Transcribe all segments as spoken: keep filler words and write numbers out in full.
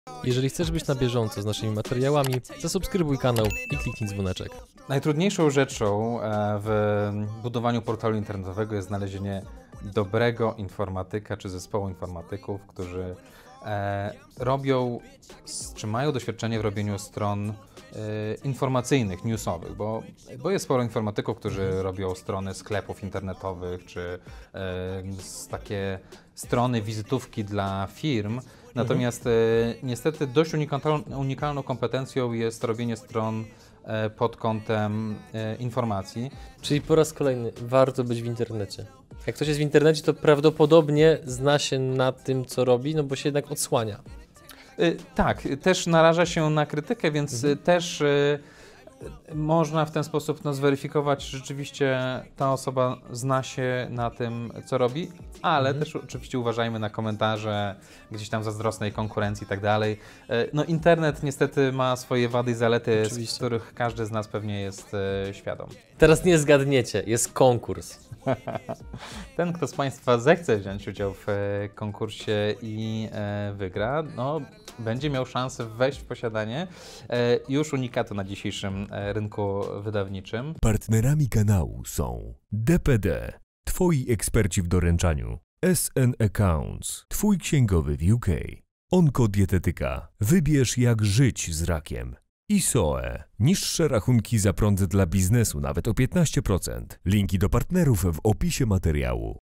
Jeżeli chcesz być na bieżąco z naszymi materiałami, zasubskrybuj kanał i kliknij dzwoneczek. Najtrudniejszą rzeczą w budowaniu portalu internetowego jest znalezienie dobrego informatyka czy zespołu informatyków, którzy robią, czy mają doświadczenie w robieniu stron informacyjnych, newsowych, bo, bo jest sporo informatyków, którzy robią strony sklepów internetowych, czy e, takie strony, wizytówki dla firm. Natomiast e, niestety dość unikalną, unikalną kompetencją jest robienie stron e, pod kątem e, informacji. Czyli po raz kolejny warto być w internecie. Jak ktoś jest w internecie, to prawdopodobnie zna się na tym, co robi, no bo się jednak odsłania. Tak, też naraża się na krytykę, więc mhm. też y, można w ten sposób no, zweryfikować, że rzeczywiście ta osoba zna się na tym, co robi, ale mhm. też oczywiście uważajmy na komentarze gdzieś tam zazdrosnej konkurencji i tak dalej. No internet niestety ma swoje wady i zalety, oczywiście. Z których każdy z nas pewnie jest y, świadom. Teraz nie zgadniecie, jest konkurs. Ten, kto z Państwa zechce wziąć udział w konkursie i e, wygra, no, będzie miał szansę wejść w posiadanie e, już unikatu na dzisiejszym e, rynku wydawniczym. Partnerami kanału są D P D, Twoi eksperci w doręczaniu, S N Accounts, Twój księgowy w U K, Onkodietetyka, wybierz jak żyć z rakiem. I S O E. Niższe rachunki za prąd dla biznesu nawet o piętnaście procent. Linki do partnerów w opisie materiału.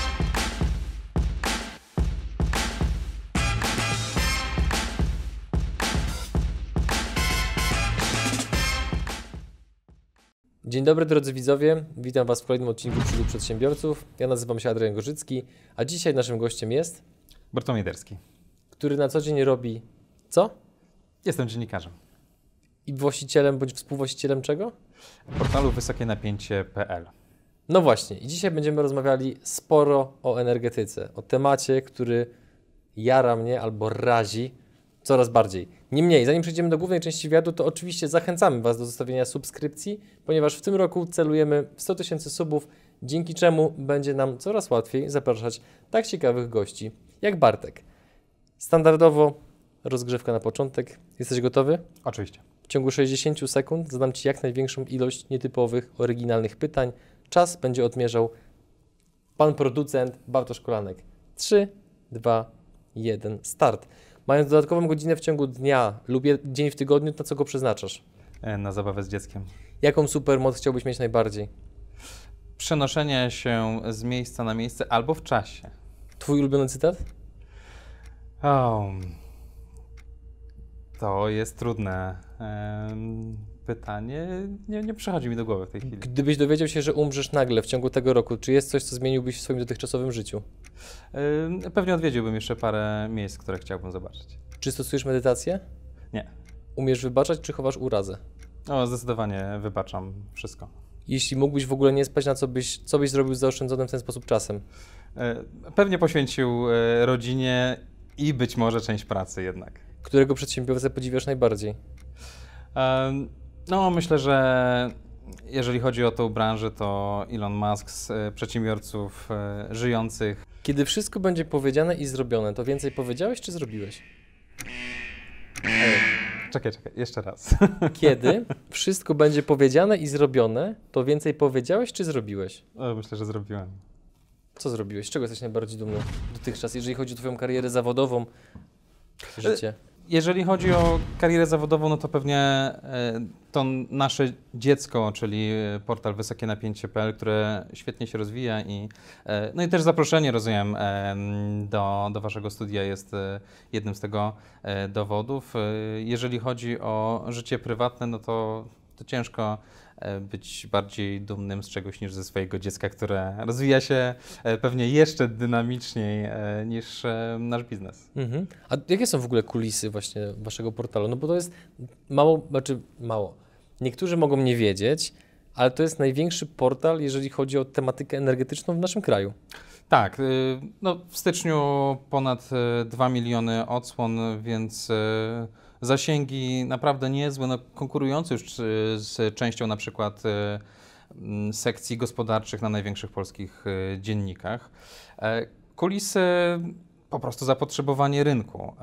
Dzień dobry drodzy widzowie, witam Was w kolejnym odcinku Przyszłych Przedsiębiorców. Ja nazywam się Adrian Gorzycki, a dzisiaj naszym gościem jest... Bartłomiej Derski. Który na co dzień robi... co? Jestem dziennikarzem. I właścicielem bądź współwłaścicielem czego? Portalu wysokie napięcie kropka p l. No właśnie, i dzisiaj będziemy rozmawiali sporo o energetyce, o temacie, który jara mnie albo razi coraz bardziej. Niemniej, zanim przejdziemy do głównej części wywiadu, to oczywiście zachęcamy Was do zostawienia subskrypcji, ponieważ w tym roku celujemy w sto tysięcy subów, dzięki czemu będzie nam coraz łatwiej zapraszać tak ciekawych gości jak Bartek. Standardowo rozgrzewka na początek. Jesteś gotowy? Oczywiście. W ciągu sześćdziesięciu sekund zadam Ci jak największą ilość nietypowych, oryginalnych pytań. Czas będzie odmierzał pan producent Bartosz Kolanek. trzy, dwa, jeden, start. Mając dodatkową godzinę w ciągu dnia lub dzień w tygodniu, na co go przeznaczasz? Na zabawę z dzieckiem. Jaką supermoc chciałbyś mieć najbardziej? Przenoszenie się z miejsca na miejsce albo w czasie. Twój ulubiony cytat? Oh. To jest trudne ehm, pytanie. Nie, nie przychodzi mi do głowy w tej chwili. Gdybyś dowiedział się, że umrzesz nagle w ciągu tego roku, czy jest coś, co zmieniłbyś w swoim dotychczasowym życiu? Ehm, pewnie odwiedziłbym jeszcze parę miejsc, które chciałbym zobaczyć. Czy stosujesz medytację? Nie. Umiesz wybaczać, czy chowasz urazę? O, zdecydowanie wybaczam wszystko. Jeśli mógłbyś w ogóle nie spać, na co byś, co byś zrobił z zaoszczędzonym w ten sposób czasem? E, pewnie poświęcił e, rodzinie i być może część pracy jednak. Którego przedsiębiorcę podziwiasz najbardziej? Um, no, myślę, że jeżeli chodzi o tą branżę, to Elon Musk z e, przedsiębiorców e, żyjących. Kiedy wszystko będzie powiedziane i zrobione, to więcej powiedziałeś czy zrobiłeś? Ej, czekaj, czekaj, jeszcze raz. Kiedy wszystko będzie powiedziane i zrobione, to więcej powiedziałeś czy zrobiłeś? O, myślę, że zrobiłem. Co zrobiłeś? Z czego jesteś najbardziej dumny dotychczas, jeżeli chodzi o Twoją karierę zawodową, życie? Jeżeli chodzi o karierę zawodową, no to pewnie to nasze dziecko, czyli portal wysokie napięcie kropka p l, które świetnie się rozwija i no i też zaproszenie, rozumiem, do, do Waszego studia jest jednym z tego dowodów. Jeżeli chodzi o życie prywatne, no to, to ciężko być bardziej dumnym z czegoś niż ze swojego dziecka, które rozwija się pewnie jeszcze dynamiczniej niż nasz biznes. Mhm. A jakie są w ogóle kulisy właśnie Waszego portalu? No bo to jest mało, znaczy mało. Niektórzy mogą nie wiedzieć, ale to jest największy portal, jeżeli chodzi o tematykę energetyczną w naszym kraju. Tak, no w styczniu ponad dwa miliony odsłon, więc zasięgi naprawdę niezłe, no konkurujące już z częścią na przykład sekcji gospodarczych na największych polskich dziennikach. Kulisy po prostu zapotrzebowanie rynku.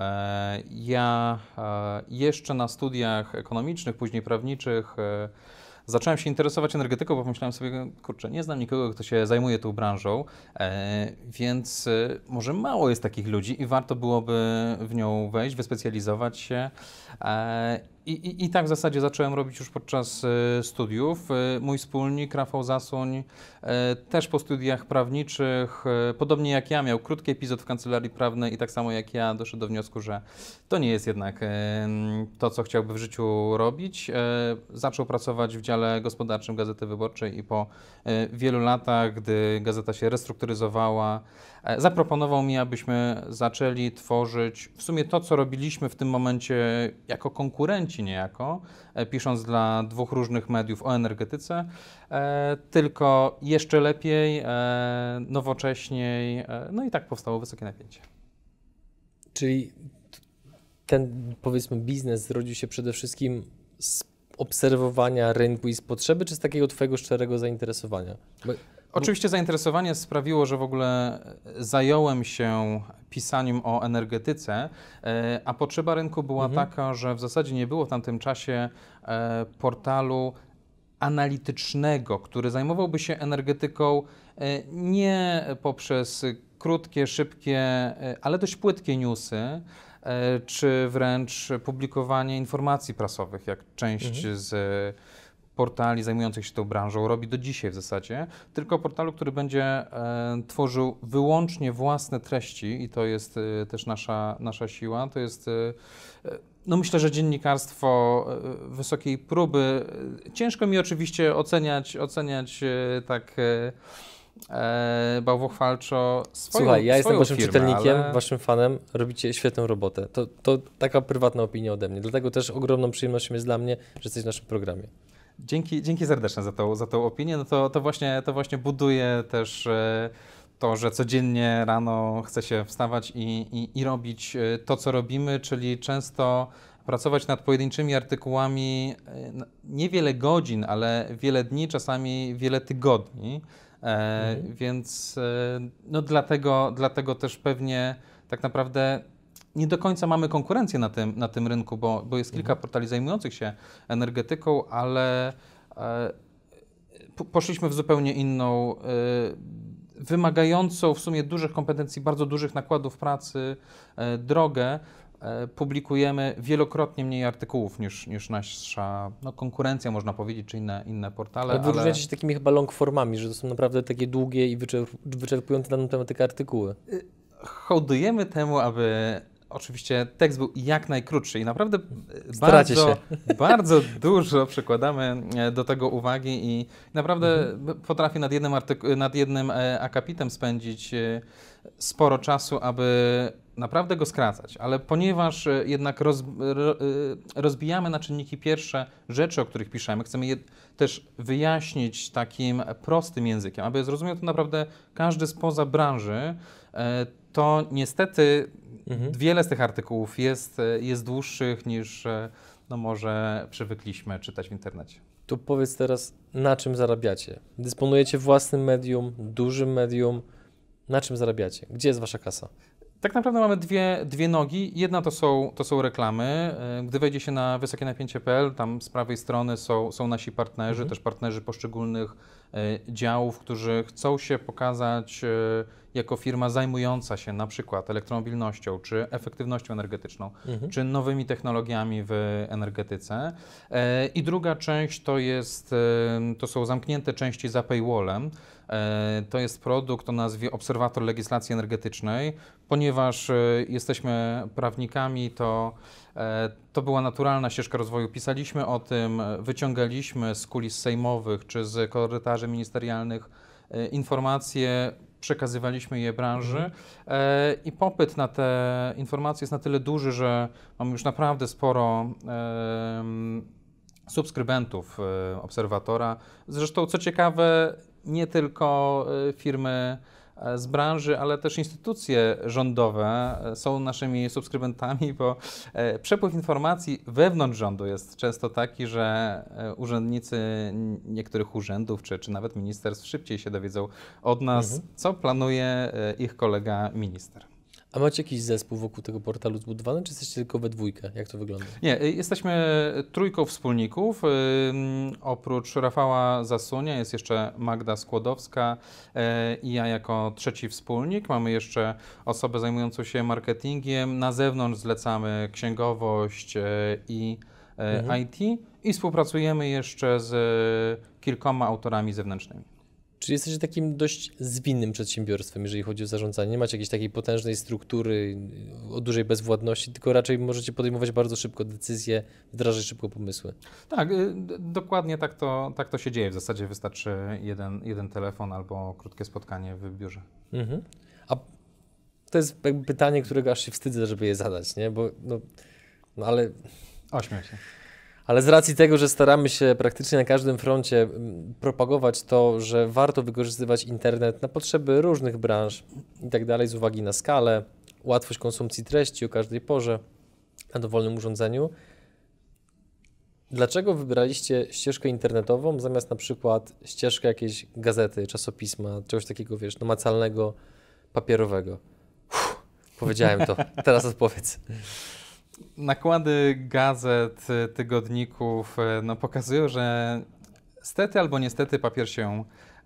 Ja jeszcze na studiach ekonomicznych, później prawniczych zacząłem się interesować energetyką, bo pomyślałem sobie, kurczę, nie znam nikogo, kto się zajmuje tą branżą, więc może mało jest takich ludzi i warto byłoby w nią wejść, wyspecjalizować się. I, i, I tak w zasadzie zacząłem robić już podczas studiów. Mój wspólnik, Rafał Zasuń, też po studiach prawniczych, podobnie jak ja, miał krótki epizod w kancelarii prawnej i tak samo jak ja doszedł do wniosku, że to nie jest jednak to, co chciałby w życiu robić. Zaczął pracować w dziale gospodarczym Gazety Wyborczej i po wielu latach, gdy gazeta się restrukturyzowała, zaproponował mi, abyśmy zaczęli tworzyć w sumie to, co robiliśmy w tym momencie jako konkurenci niejako, pisząc dla dwóch różnych mediów o energetyce, tylko jeszcze lepiej, nowocześniej, no i tak powstało Wysokie Napięcie. Czyli ten, powiedzmy, biznes zrodził się przede wszystkim z obserwowania rynku i z potrzeby, czy z takiego twojego szczerego zainteresowania? Bo... Oczywiście zainteresowanie sprawiło, że w ogóle zająłem się pisaniem o energetyce, a potrzeba rynku była mhm. taka, że w zasadzie nie było w tamtym czasie portalu analitycznego, który zajmowałby się energetyką nie poprzez krótkie, szybkie, ale dość płytkie newsy, czy wręcz publikowanie informacji prasowych, jak część mhm. z portali zajmujących się tą branżą robi do dzisiaj w zasadzie, tylko portalu, który będzie e, tworzył wyłącznie własne treści i to jest e, też nasza, nasza siła. To jest, e, no myślę, że dziennikarstwo e, wysokiej próby. Ciężko mi oczywiście oceniać, oceniać e, tak e, e, bałwochwalczo swoją Słuchaj, ja jestem waszym firmę, czytelnikiem, ale... waszym fanem, robicie świetną robotę. To, to taka prywatna opinia ode mnie, dlatego też ogromną przyjemnością jest dla mnie, że jesteś w naszym programie. Dzięki, dzięki serdeczne za tą, za tą opinię. No to, to, właśnie, to właśnie buduje też e, to, że codziennie rano chce się wstawać i, i, i robić to, co robimy, czyli często pracować nad pojedynczymi artykułami e, niewiele godzin, ale wiele dni, czasami wiele tygodni. E, mhm. Więc e, no dlatego, dlatego też pewnie tak naprawdę nie do końca mamy konkurencję na tym, na tym rynku, bo, bo jest kilka portali zajmujących się energetyką, ale e, poszliśmy w zupełnie inną, e, wymagającą w sumie dużych kompetencji, bardzo dużych nakładów pracy e, drogę. E, publikujemy wielokrotnie mniej artykułów niż, niż nasza no, konkurencja, można powiedzieć, czy inne, inne portale. Ale wyróżniacie ale... się takimi chyba long formami, że to są naprawdę takie długie i wyczerp wyczerpujące daną tematykę artykuły. Hołdujemy temu, aby oczywiście tekst był jak najkrótszy i naprawdę bardzo, bardzo dużo przykładamy do tego uwagi i naprawdę mhm. potrafię nad jednym, nad jednym akapitem spędzić sporo czasu, aby naprawdę go skracać, ale ponieważ jednak roz, rozbijamy na czynniki pierwsze rzeczy, o których piszemy, chcemy je też wyjaśnić takim prostym językiem, aby zrozumiał to naprawdę każdy spoza branży, to niestety mhm. wiele z tych artykułów jest, jest dłuższych niż no może przywykliśmy czytać w internecie. To powiedz teraz, na czym zarabiacie? Dysponujecie własnym medium, dużym medium. Na czym zarabiacie? Gdzie jest wasza kasa? Tak naprawdę mamy dwie, dwie nogi. Jedna to są, to są reklamy. Gdy wejdzie się na wysokie napięcie kropka p l, tam z prawej strony są, są nasi partnerzy, mhm. też partnerzy poszczególnych e, działów, którzy chcą się pokazać e, jako firma zajmująca się na przykład elektromobilnością, czy efektywnością energetyczną, mhm. czy nowymi technologiami w energetyce. E, I druga część to, jest, e, to są zamknięte części za paywallem. E, to jest produkt o nazwie Obserwator Legislacji Energetycznej. Ponieważ e, jesteśmy prawnikami, to, e, to była naturalna ścieżka rozwoju. Pisaliśmy o tym, wyciągaliśmy z kulis sejmowych czy z korytarzy ministerialnych e, informacje, przekazywaliśmy je branży mhm. e, i popyt na te informacje jest na tyle duży, że mamy już naprawdę sporo e, subskrybentów e, Obserwatora. Zresztą, co ciekawe, nie tylko e, firmy z branży, ale też instytucje rządowe są naszymi subskrybentami, bo przepływ informacji wewnątrz rządu jest często taki, że urzędnicy niektórych urzędów, czy, czy nawet ministerstw szybciej się dowiedzą od nas, mhm. co planuje ich kolega minister. A macie jakiś zespół wokół tego portalu zbudowany, czy jesteście tylko we dwójkę? Jak to wygląda? Nie, jesteśmy trójką wspólników. Ym, oprócz Rafała Zasunia jest jeszcze Magda Skłodowska yy, i ja jako trzeci wspólnik. Mamy jeszcze osobę zajmującą się marketingiem. Na zewnątrz zlecamy księgowość yy, i yy, Mhm. I T i współpracujemy jeszcze z yy, kilkoma autorami zewnętrznymi. Czyli jesteście takim dość zwinnym przedsiębiorstwem, jeżeli chodzi o zarządzanie. Nie macie jakiejś takiej potężnej struktury, o dużej bezwładności, tylko raczej możecie podejmować bardzo szybko decyzje, wdrażać szybko pomysły. Tak, y, d- dokładnie tak to, tak to się dzieje. W zasadzie wystarczy jeden, jeden telefon albo krótkie spotkanie w biurze. Mhm. A to jest jakby pytanie, którego aż się wstydzę, żeby je zadać, nie? Bo, no, no ale, Ośmiał się. ale z racji tego, że staramy się praktycznie na każdym froncie mm, propagować to, że warto wykorzystywać internet na potrzeby różnych branż i tak dalej, z uwagi na skalę, łatwość konsumpcji treści o każdej porze na dowolnym urządzeniu. Dlaczego wybraliście ścieżkę internetową zamiast na przykład ścieżkę jakiejś gazety, czasopisma, czegoś takiego, wiesz, namacalnego, papierowego? Uff, powiedziałem to, teraz odpowiedz. Nakłady gazet, tygodników no, pokazują, że stety albo niestety papier się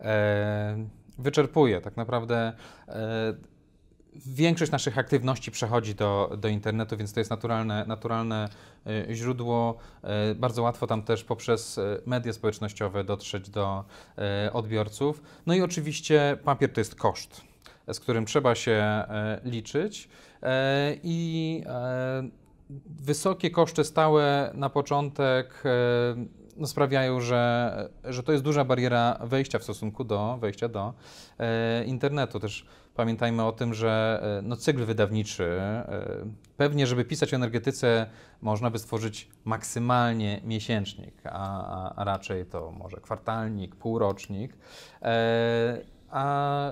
e, wyczerpuje. Tak naprawdę e, większość naszych aktywności przechodzi do, do internetu, więc to jest naturalne, naturalne e, źródło. E, bardzo łatwo tam też poprzez e, media społecznościowe dotrzeć do e, odbiorców. No i oczywiście papier to jest koszt, z którym trzeba się e, liczyć e, i e, wysokie koszty stałe na początek e, no, sprawiają, że, że to jest duża bariera wejścia w stosunku do wejścia do e, internetu. Też pamiętajmy o tym, że e, no, cykl wydawniczy, e, pewnie żeby pisać o energetyce można by stworzyć maksymalnie miesięcznik, a, a raczej to może kwartalnik, półrocznik, e, a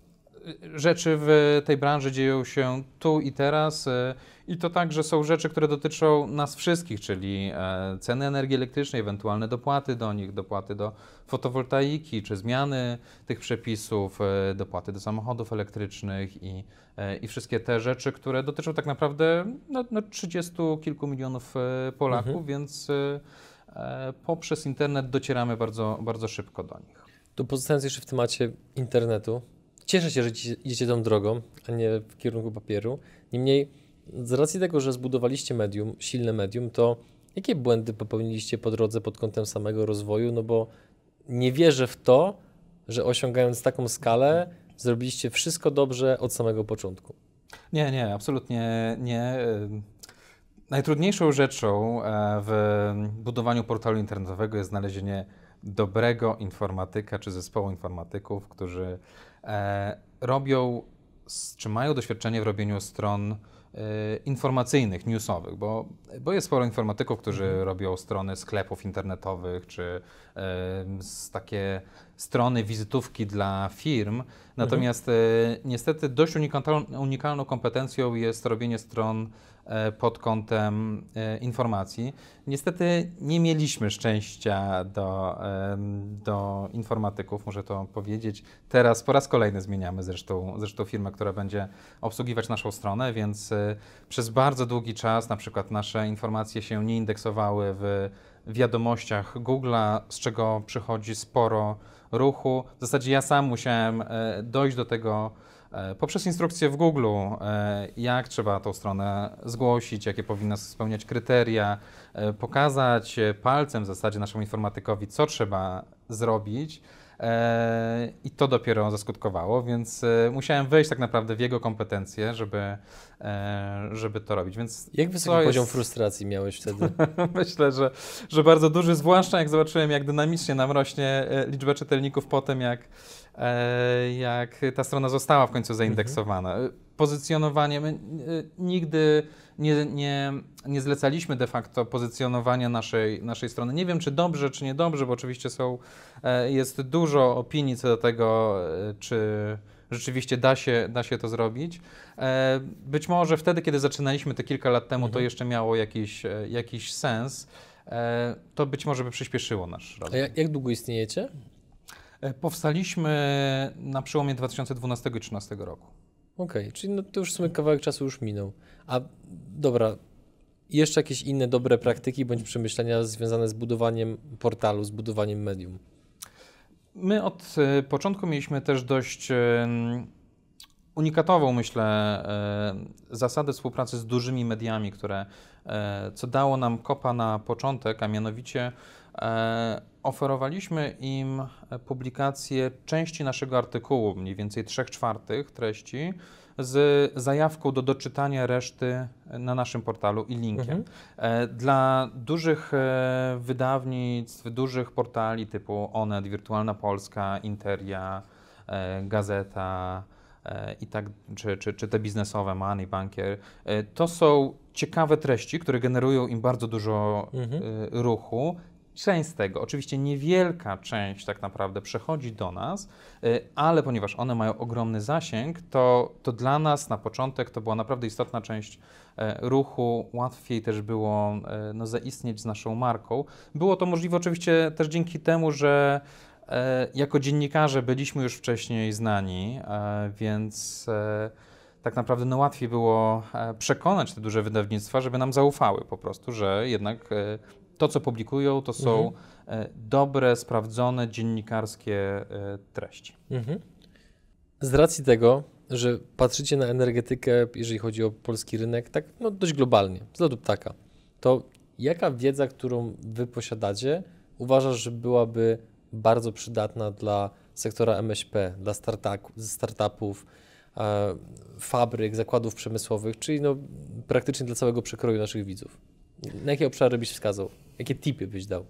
rzeczy w tej branży dzieją się tu i teraz e, i to także są rzeczy, które dotyczą nas wszystkich, czyli e, ceny energii elektrycznej, ewentualne dopłaty do nich, dopłaty do fotowoltaiki, czy zmiany tych przepisów, e, dopłaty do samochodów elektrycznych i, e, i wszystkie te rzeczy, które dotyczą tak naprawdę no, no trzydziestu kilku milionów e, Polaków, Mhm. więc e, e, poprzez internet docieramy bardzo, bardzo szybko do nich. To pozostając jeszcze w temacie internetu, cieszę się, że idzie- idziecie tą drogą, a nie w kierunku papieru. Niemniej, z racji tego, że zbudowaliście medium, silne medium, to jakie błędy popełniliście po drodze pod kątem samego rozwoju? No bo nie wierzę w to, że osiągając taką skalę, zrobiliście wszystko dobrze od samego początku. Nie, nie, absolutnie nie. Najtrudniejszą rzeczą e, w budowaniu portalu internetowego jest znalezienie dobrego informatyka czy zespołu informatyków, którzy e, robią, s- czy mają doświadczenie w robieniu stron e, informacyjnych, newsowych, bo, bo jest sporo informatyków, którzy robią strony sklepów internetowych, czy e, s- takie strony, wizytówki dla firm. Natomiast e, niestety dość unikalną, unikalną kompetencją jest robienie stron e, pod kątem e, informacji. Niestety nie mieliśmy szczęścia do, em, do informatyków, muszę to powiedzieć. Teraz po raz kolejny zmieniamy zresztą, zresztą firmę, która będzie obsługiwać naszą stronę, więc e, przez bardzo długi czas na przykład nasze informacje się nie indeksowały w wiadomościach Google'a, z czego przychodzi sporo ruchu. W zasadzie ja sam musiałem e, dojść do tego e, poprzez instrukcję w Google, e, jak trzeba tą stronę zgłosić, jakie powinna spełniać kryteria, e, pokazać e, palcem w zasadzie naszemu informatykowi, co trzeba zrobić. E, I to dopiero zaskutkowało, więc e, musiałem wejść tak naprawdę w jego kompetencje, żeby, e, żeby to robić. Więc Jak to wysoki poziom jest- frustracji miałeś wtedy? Myślę, że, że bardzo duży, zwłaszcza jak zobaczyłem, jak dynamicznie nam rośnie e, liczba czytelników po tym, jak, e, jak ta strona została w końcu zaindeksowana. E, Pozycjonowanie, my e, nigdy nie, nie, nie zlecaliśmy de facto pozycjonowania naszej, naszej strony. Nie wiem, czy dobrze, czy niedobrze, bo oczywiście są, e, jest dużo opinii co do tego, e, czy rzeczywiście da się, da się to zrobić. E, Być może wtedy, kiedy zaczynaliśmy te kilka lat temu, to Mhm. jeszcze miało jakiś, e, jakiś sens. E, To być może by przyspieszyło nasz A rozwój. jak, jak długo istniejecie? E, Powstaliśmy na przełomie dwa tysiące dwunastego i dwa tysiące trzynastego roku. Okej, okay. Czyli no to już w sumie kawałek czasu już minął. A dobra, jeszcze jakieś inne dobre praktyki bądź przemyślenia związane z budowaniem portalu, z budowaniem medium? My od y, początku mieliśmy też dość y, unikatową, myślę, y, zasadę współpracy z dużymi mediami, które, y, co dało nam kopa na początek, a mianowicie y, oferowaliśmy im publikację części naszego artykułu, mniej więcej trzech czwartych treści, z zajawką do doczytania reszty na naszym portalu i linkiem. Mhm. Dla dużych wydawnictw, dużych portali typu Onet, Wirtualna Polska, Interia, Gazeta i tak, czy, czy, czy te biznesowe, Money, Bankier, to są ciekawe treści, które generują im bardzo dużo mhm. ruchu. Część z tego, oczywiście niewielka część tak naprawdę przechodzi do nas, ale ponieważ one mają ogromny zasięg, to, to dla nas na początek to była naprawdę istotna część ruchu, łatwiej też było no, zaistnieć z naszą marką. Było to możliwe oczywiście też dzięki temu, że jako dziennikarze byliśmy już wcześniej znani, więc tak naprawdę no, łatwiej było przekonać te duże wydawnictwa, żeby nam zaufały po prostu, że jednak to, co publikują, to są mhm. dobre, sprawdzone, dziennikarskie treści. Mhm. Z racji tego, że patrzycie na energetykę, jeżeli chodzi o polski rynek, tak no, dość globalnie, z lotu ptaka, to jaka wiedza, którą wy posiadacie, uważasz, że byłaby bardzo przydatna dla sektora M S P, dla startupów, e, fabryk, zakładów przemysłowych, czyli no, praktycznie dla całego przekroju naszych widzów? Na jakie obszary byś wskazał? Jakie tipy byś dał?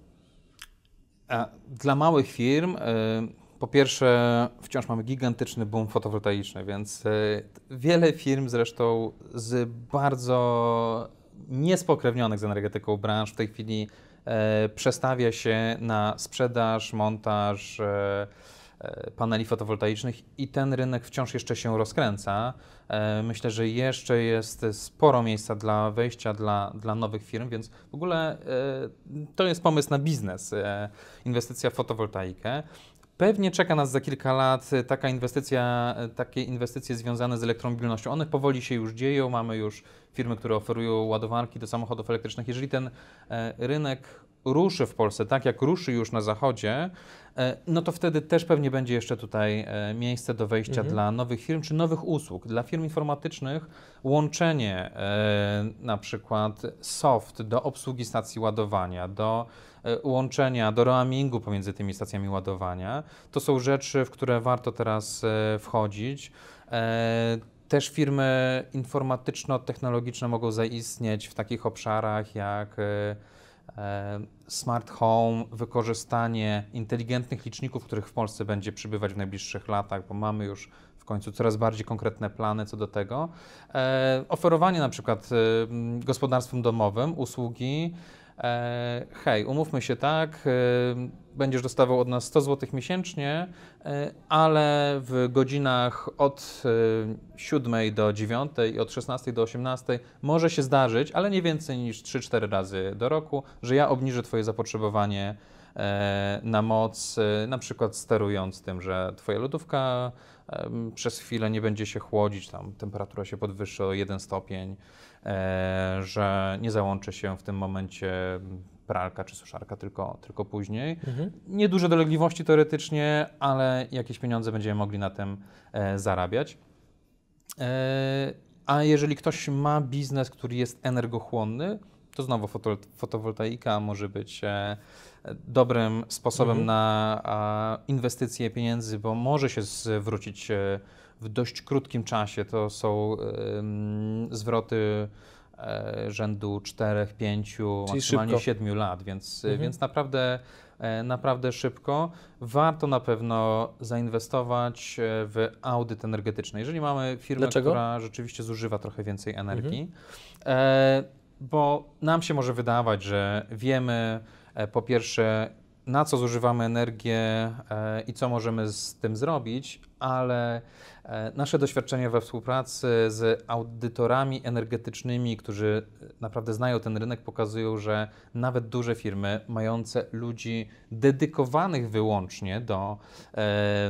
Dla małych firm, po pierwsze, wciąż mamy gigantyczny boom fotowoltaiczny, więc wiele firm zresztą z bardzo niespokrewnionych z energetyką branż w tej chwili przestawia się na sprzedaż, montaż paneli fotowoltaicznych i ten rynek wciąż jeszcze się rozkręca. Myślę, że jeszcze jest sporo miejsca dla wejścia dla, dla nowych firm, więc w ogóle to jest pomysł na biznes, inwestycja w fotowoltaikę. Pewnie czeka nas za kilka lat taka inwestycja, takie inwestycje związane z elektromobilnością. One powoli się już dzieją, mamy już firmy, które oferują ładowarki do samochodów elektrycznych. Jeżeli ten rynek ruszy w Polsce tak, jak ruszy już na zachodzie, no to wtedy też pewnie będzie jeszcze tutaj miejsce do wejścia mhm. dla nowych firm czy nowych usług. Dla firm informatycznych łączenie na przykład soft do obsługi stacji ładowania, do łączenia, do roamingu pomiędzy tymi stacjami ładowania, to są rzeczy, w które warto teraz wchodzić. Też firmy informatyczno-technologiczne mogą zaistnieć w takich obszarach jak smart home, wykorzystanie inteligentnych liczników, których w Polsce będzie przybywać w najbliższych latach, bo mamy już w końcu coraz bardziej konkretne plany co do tego. E, oferowanie na przykład e, gospodarstwom domowym usługi, e, hej, umówmy się tak, e, będziesz dostawał od nas sto złotych miesięcznie, e, ale w godzinach od e, siódmej do dziewiątej i od szesnastej do osiemnastej może się zdarzyć, ale nie więcej niż trzy cztery razy do roku, że ja obniżę Twoje zapotrzebowanie e, na moc, e, na przykład sterując tym, że Twoja lodówka e, przez chwilę nie będzie się chłodzić, tam temperatura się podwyższy o jeden stopień, e, że nie załączy się w tym momencie pralka czy suszarka, tylko, tylko później. Mhm. Nieduże dolegliwości teoretycznie, ale jakieś pieniądze będziemy mogli na tym e, zarabiać. E, a jeżeli ktoś ma biznes, który jest energochłonny, to znowu foto, fotowoltaika może być e, dobrym sposobem mhm. na a, inwestycje pieniędzy, bo może się zwrócić e, w dość krótkim czasie. To są e, zwroty rzędu czterech, pięciu, maksymalnie siedmiu lat, więc, mhm. więc naprawdę, naprawdę szybko. Warto na pewno zainwestować w audyt energetyczny. Jeżeli mamy firmę, Dlaczego? która rzeczywiście zużywa trochę więcej energii, mhm. e, bo nam się może wydawać, że wiemy e, po pierwsze, na co zużywamy energię e, i co możemy z tym zrobić, ale e, nasze doświadczenie we współpracy z audytorami energetycznymi, którzy naprawdę znają ten rynek, pokazują, że nawet duże firmy mające ludzi dedykowanych wyłącznie do e,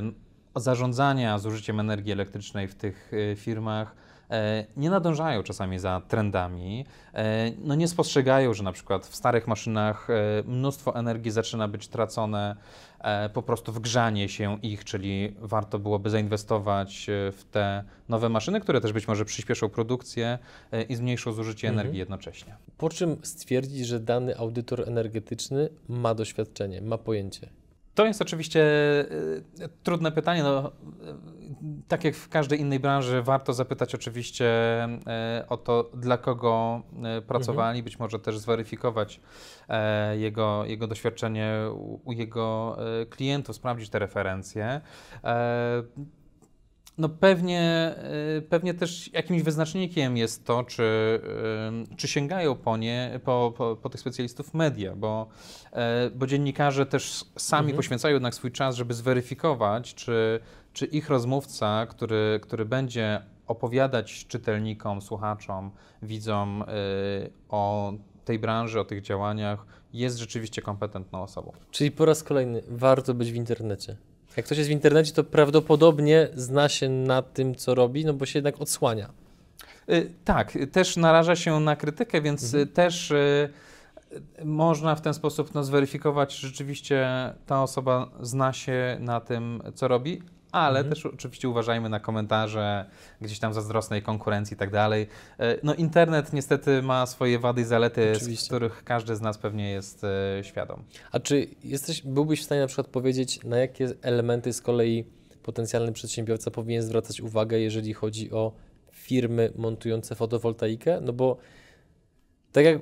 zarządzania zużyciem energii elektrycznej w tych firmach nie nadążają czasami za trendami, no nie spostrzegają, że na przykład w starych maszynach mnóstwo energii zaczyna być tracone po prostu w grzanie się ich, czyli warto byłoby zainwestować w te nowe maszyny, które też być może przyspieszą produkcję i zmniejszą zużycie Mhm. energii jednocześnie. Po czym stwierdzić, że dany audytor energetyczny ma doświadczenie, ma pojęcie? To jest oczywiście y, trudne pytanie. No, y, tak jak w każdej innej branży, warto zapytać oczywiście y, o to, dla kogo y, pracowali, mhm. być może też zweryfikować y, jego, jego doświadczenie u, u jego y, klientów, sprawdzić te referencje. Y, No pewnie, pewnie też jakimś wyznacznikiem jest to, czy, czy sięgają po nie, po, po, po tych specjalistów media, bo, bo dziennikarze też sami mhm. poświęcają jednak swój czas, żeby zweryfikować, czy, czy ich rozmówca, który, który będzie opowiadać czytelnikom, słuchaczom, widzom o tej branży, o tych działaniach, jest rzeczywiście kompetentną osobą. Czyli po raz kolejny warto być w internecie. Jak ktoś jest w internecie, to prawdopodobnie zna się na tym, co robi, no bo się jednak odsłania. Y, tak, też naraża się na krytykę, więc mhm. też y, można w ten sposób no, zweryfikować, że rzeczywiście ta osoba zna się na tym, co robi, ale mhm. też oczywiście uważajmy na komentarze gdzieś tam zazdrosnej konkurencji i tak dalej. No internet niestety ma swoje wady i zalety, oczywiście. Z których każdy z nas pewnie jest e, świadom. A czy jesteś, byłbyś w stanie na przykład powiedzieć, na jakie elementy z kolei potencjalny przedsiębiorca powinien zwracać uwagę, jeżeli chodzi o firmy montujące fotowoltaikę? No bo tak jak,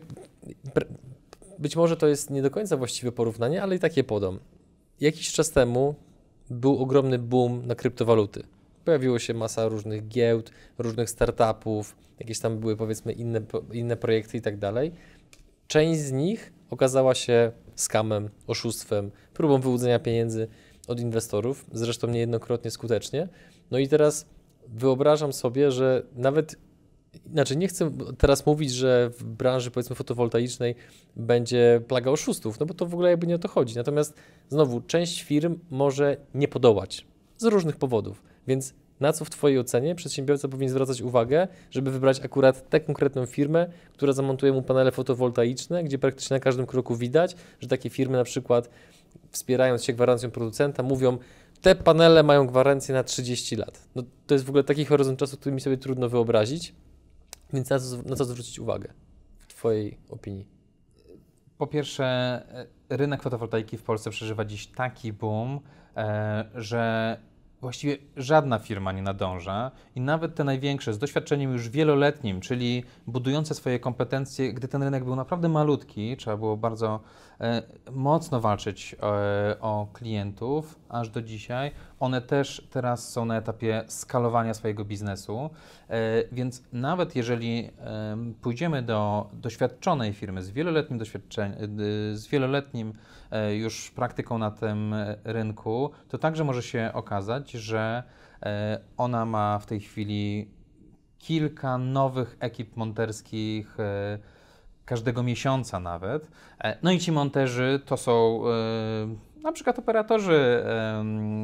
być może to jest nie do końca właściwe porównanie, ale i takie podam. Jakiś czas temu był ogromny boom na kryptowaluty. Pojawiło się masa różnych giełd, różnych startupów, jakieś tam były powiedzmy inne, inne projekty i tak dalej. Część z nich okazała się skamem, oszustwem, próbą wyłudzenia pieniędzy od inwestorów, zresztą niejednokrotnie skutecznie. No i teraz wyobrażam sobie, że nawet, znaczy nie chcę teraz mówić, że w branży powiedzmy fotowoltaicznej będzie plaga oszustów, no bo to w ogóle jakby nie o to chodzi. Natomiast znowu część firm może nie podołać z różnych powodów, więc na co w Twojej ocenie przedsiębiorca powinien zwracać uwagę, żeby wybrać akurat tę konkretną firmę, która zamontuje mu panele fotowoltaiczne, gdzie praktycznie na każdym kroku widać, że takie firmy na przykład wspierając się gwarancją producenta mówią, te panele mają gwarancję na trzydzieści lat. No, to jest w ogóle taki horyzont czasu, który mi sobie trudno wyobrazić, więc na co, na co zwrócić uwagę w Twojej opinii? Po pierwsze, rynek fotowoltaiki w Polsce przeżywa dziś taki boom, e, że właściwie żadna firma nie nadąża i nawet te największe z doświadczeniem już wieloletnim, czyli budujące swoje kompetencje, gdy ten rynek był naprawdę malutki, trzeba było bardzo e, mocno walczyć e, o klientów, aż do dzisiaj. One też teraz są na etapie skalowania swojego biznesu, e, więc nawet jeżeli e, pójdziemy do doświadczonej firmy z wieloletnim doświadczeniem, e, z wieloletnim e, już praktyką na tym rynku, to także może się okazać, że e, ona ma w tej chwili kilka nowych ekip monterskich, e, każdego miesiąca nawet. E, no i ci monterzy to są e, na przykład operatorzy e,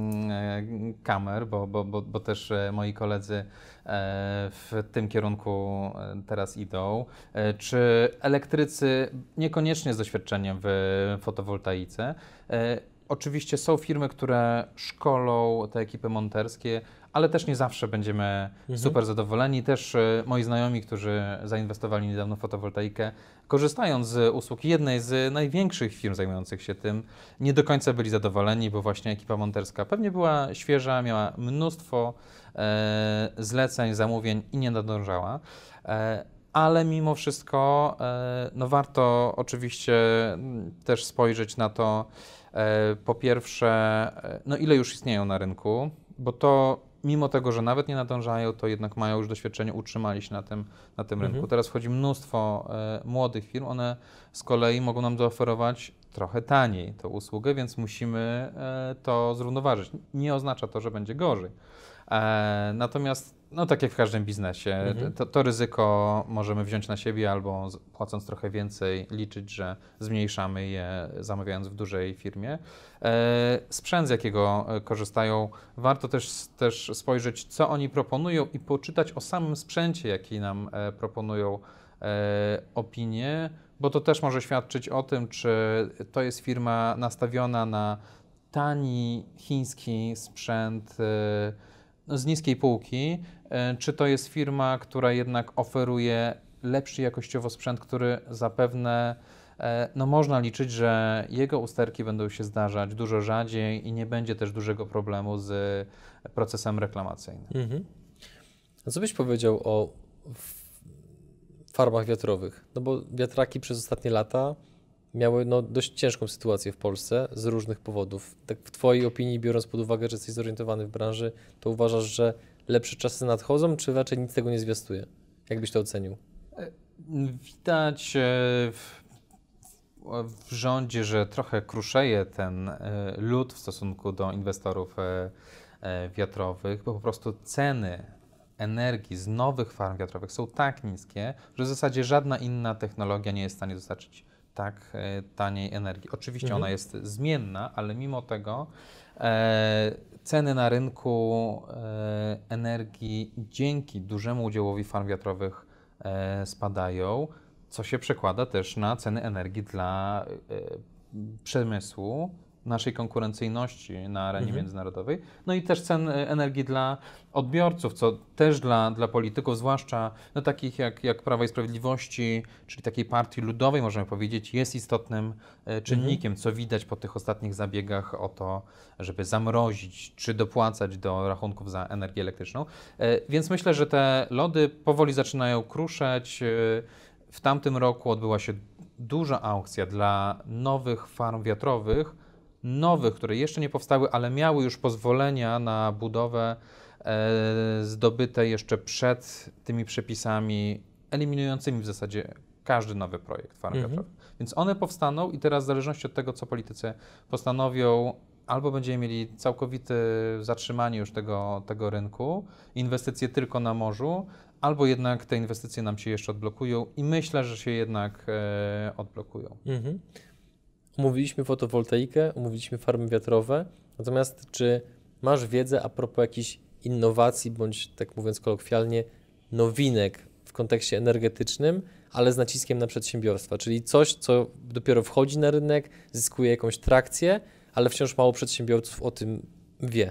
kamer, bo, bo, bo, bo też moi koledzy e, w tym kierunku teraz idą, e, czy elektrycy niekoniecznie z doświadczeniem w fotowoltaice. E, Oczywiście są firmy, które szkolą te ekipy monterskie, ale też nie zawsze będziemy mhm. super zadowoleni. Też y, moi znajomi, którzy zainwestowali niedawno w fotowoltaikę, korzystając z usług jednej z największych firm zajmujących się tym, nie do końca byli zadowoleni, bo właśnie ekipa monterska pewnie była świeża, miała mnóstwo e, zleceń, zamówień i nie nadążała. E, Ale mimo wszystko e, no warto oczywiście też spojrzeć na to, e, po pierwsze, e, no ile już istnieją na rynku, bo to mimo tego, że nawet nie nadążają, to jednak mają już doświadczenie, utrzymali się na tym, na tym mhm. rynku. Teraz wchodzi mnóstwo e, młodych firm, one z kolei mogą nam zaoferować trochę taniej tę usługę, więc musimy e, to zrównoważyć. Nie oznacza to, że będzie gorzej. E, natomiast No tak jak w każdym biznesie, Mhm. to, to ryzyko możemy wziąć na siebie albo z- płacąc trochę więcej liczyć, że zmniejszamy je zamawiając w dużej firmie. E, sprzęt, z jakiego e, korzystają, warto też, też spojrzeć, co oni proponują i poczytać o samym sprzęcie, jaki nam e, proponują e, opinie, bo to też może świadczyć o tym, czy to jest firma nastawiona na tani chiński sprzęt e, no, z niskiej półki, e, czy to jest firma, która jednak oferuje lepszy jakościowo sprzęt, który zapewne e, no, można liczyć, że jego usterki będą się zdarzać dużo rzadziej i nie będzie też dużego problemu z procesem reklamacyjnym. Mhm. A co byś powiedział o f- farmach wiatrowych? No bo wiatraki przez ostatnie lata miały no, dość ciężką sytuację w Polsce z różnych powodów. Tak w Twojej opinii, biorąc pod uwagę, że jesteś zorientowany w branży, to uważasz, że lepsze czasy nadchodzą, czy raczej nic tego nie zwiastuje? Jak byś to ocenił? Widać e, w, w rządzie, że trochę kruszeje ten e, lód w stosunku do inwestorów e, e, wiatrowych, bo po prostu ceny energii z nowych farm wiatrowych są tak niskie, że w zasadzie żadna inna technologia nie jest w stanie dostarczyć tak e, taniej energii. Oczywiście Mhm. ona jest zmienna, ale mimo tego e, ceny na rynku e, energii dzięki dużemu udziałowi farm wiatrowych e, spadają, co się przekłada też na ceny energii dla e, przemysłu, naszej konkurencyjności na arenie Mhm. międzynarodowej, no i też cen e, energii dla odbiorców, co też dla, dla polityków, zwłaszcza no, takich jak, jak Prawa i Sprawiedliwości, czyli takiej partii ludowej, możemy powiedzieć, jest istotnym e, czynnikiem, co widać po tych ostatnich zabiegach o to, żeby zamrozić czy dopłacać do rachunków za energię elektryczną. E, więc myślę, że te lody powoli zaczynają kruszeć. E, w tamtym roku odbyła się duża aukcja dla nowych farm wiatrowych, nowych, które jeszcze nie powstały, ale miały już pozwolenia na budowę e, zdobyte jeszcze przed tymi przepisami eliminującymi w zasadzie każdy nowy projekt farm Mhm. wiatrowych. Więc one powstaną i teraz w zależności od tego, co politycy postanowią, albo będziemy mieli całkowite zatrzymanie już tego, tego rynku, inwestycje tylko na morzu, albo jednak te inwestycje nam się jeszcze odblokują i myślę, że się jednak e, odblokują. Mhm. Omówiliśmy fotowoltaikę, omówiliśmy farmy wiatrowe, natomiast czy masz wiedzę a propos jakichś innowacji, bądź tak mówiąc kolokwialnie, nowinek w kontekście energetycznym, ale z naciskiem na przedsiębiorstwa, czyli coś, co dopiero wchodzi na rynek, zyskuje jakąś trakcję, ale wciąż mało przedsiębiorców o tym wie.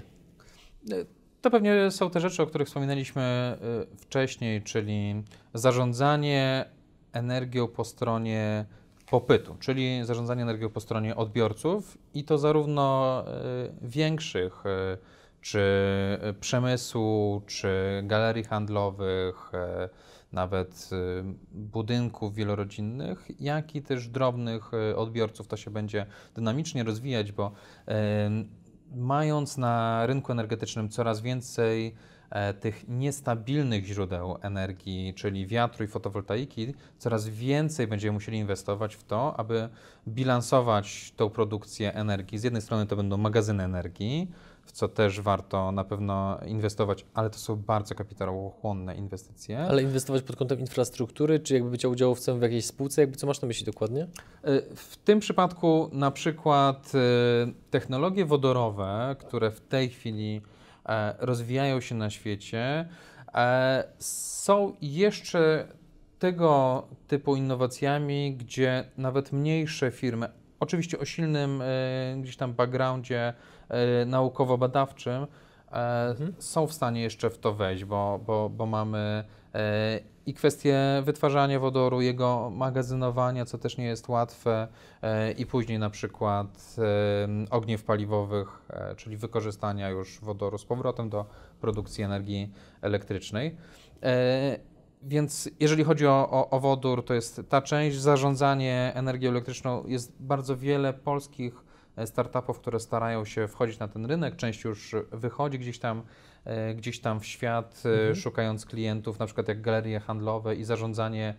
To pewnie są te rzeczy, o których wspominaliśmy y, wcześniej, czyli zarządzanie energią po stronie popytu, czyli zarządzanie energią po stronie odbiorców i to zarówno y, większych, y, czy przemysłu, czy galerii handlowych, y, nawet y, budynków wielorodzinnych, jak i też drobnych y, odbiorców. To się będzie dynamicznie rozwijać, bo y, mając na rynku energetycznym coraz więcej e, tych niestabilnych źródeł energii, czyli wiatru i fotowoltaiki, coraz więcej będziemy musieli inwestować w to, aby bilansować tą produkcję energii. Z jednej strony to będą magazyny energii, w co też warto na pewno inwestować, ale to są bardzo kapitałochłonne inwestycje. Ale inwestować pod kątem infrastruktury, czy jakby bycia udziałowcem w jakiejś spółce, jakby co masz na myśli dokładnie? W tym przypadku na przykład e, technologie wodorowe, które w tej chwili e, rozwijają się na świecie, e, są jeszcze tego typu innowacjami, gdzie nawet mniejsze firmy, oczywiście o silnym e, gdzieś tam backgroundzie e, naukowo-badawczym, e, Mhm. są w stanie jeszcze w to wejść, bo, bo, bo mamy e, i kwestie wytwarzania wodoru, jego magazynowania, co też nie jest łatwe, e, i później na przykład e, ogniew paliwowych, e, czyli wykorzystania już wodoru z powrotem do produkcji energii elektrycznej. E, Więc jeżeli chodzi o, o, o wodór, to jest ta część. Zarządzanie energią elektryczną, jest bardzo wiele polskich e, startupów, które starają się wchodzić na ten rynek. Część już wychodzi gdzieś tam, e, gdzieś tam w świat, e, Mhm. szukając klientów, na przykład jak galerie handlowe i zarządzanie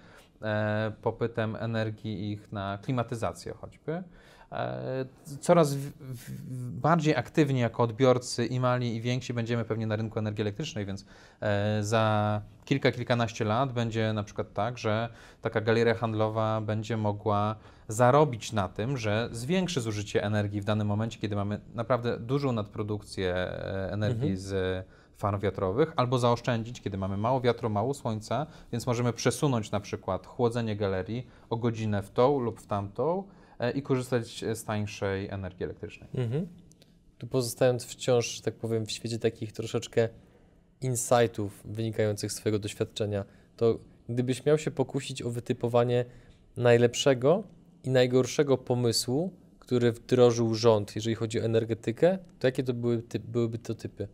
e, popytem energii ich na klimatyzację choćby. E, coraz w, w, bardziej aktywni jako odbiorcy i mali i więksi będziemy pewnie na rynku energii elektrycznej, więc e, za kilka, kilkanaście lat będzie na przykład tak, że taka galeria handlowa będzie mogła zarobić na tym, że zwiększy zużycie energii w danym momencie, kiedy mamy naprawdę dużą nadprodukcję energii mhm. z farm wiatrowych, albo zaoszczędzić, kiedy mamy mało wiatru, mało słońca, więc możemy przesunąć na przykład chłodzenie galerii o godzinę w tą lub w tamtą e, i korzystać z tańszej energii elektrycznej. Mhm. Tu pozostając wciąż, że tak powiem, w świecie takich troszeczkę insightów wynikających z swojego doświadczenia, to gdybyś miał się pokusić o wytypowanie najlepszego i najgorszego pomysłu, który wdrożył rząd, jeżeli chodzi o energetykę, to jakie to były typ, byłyby to typy?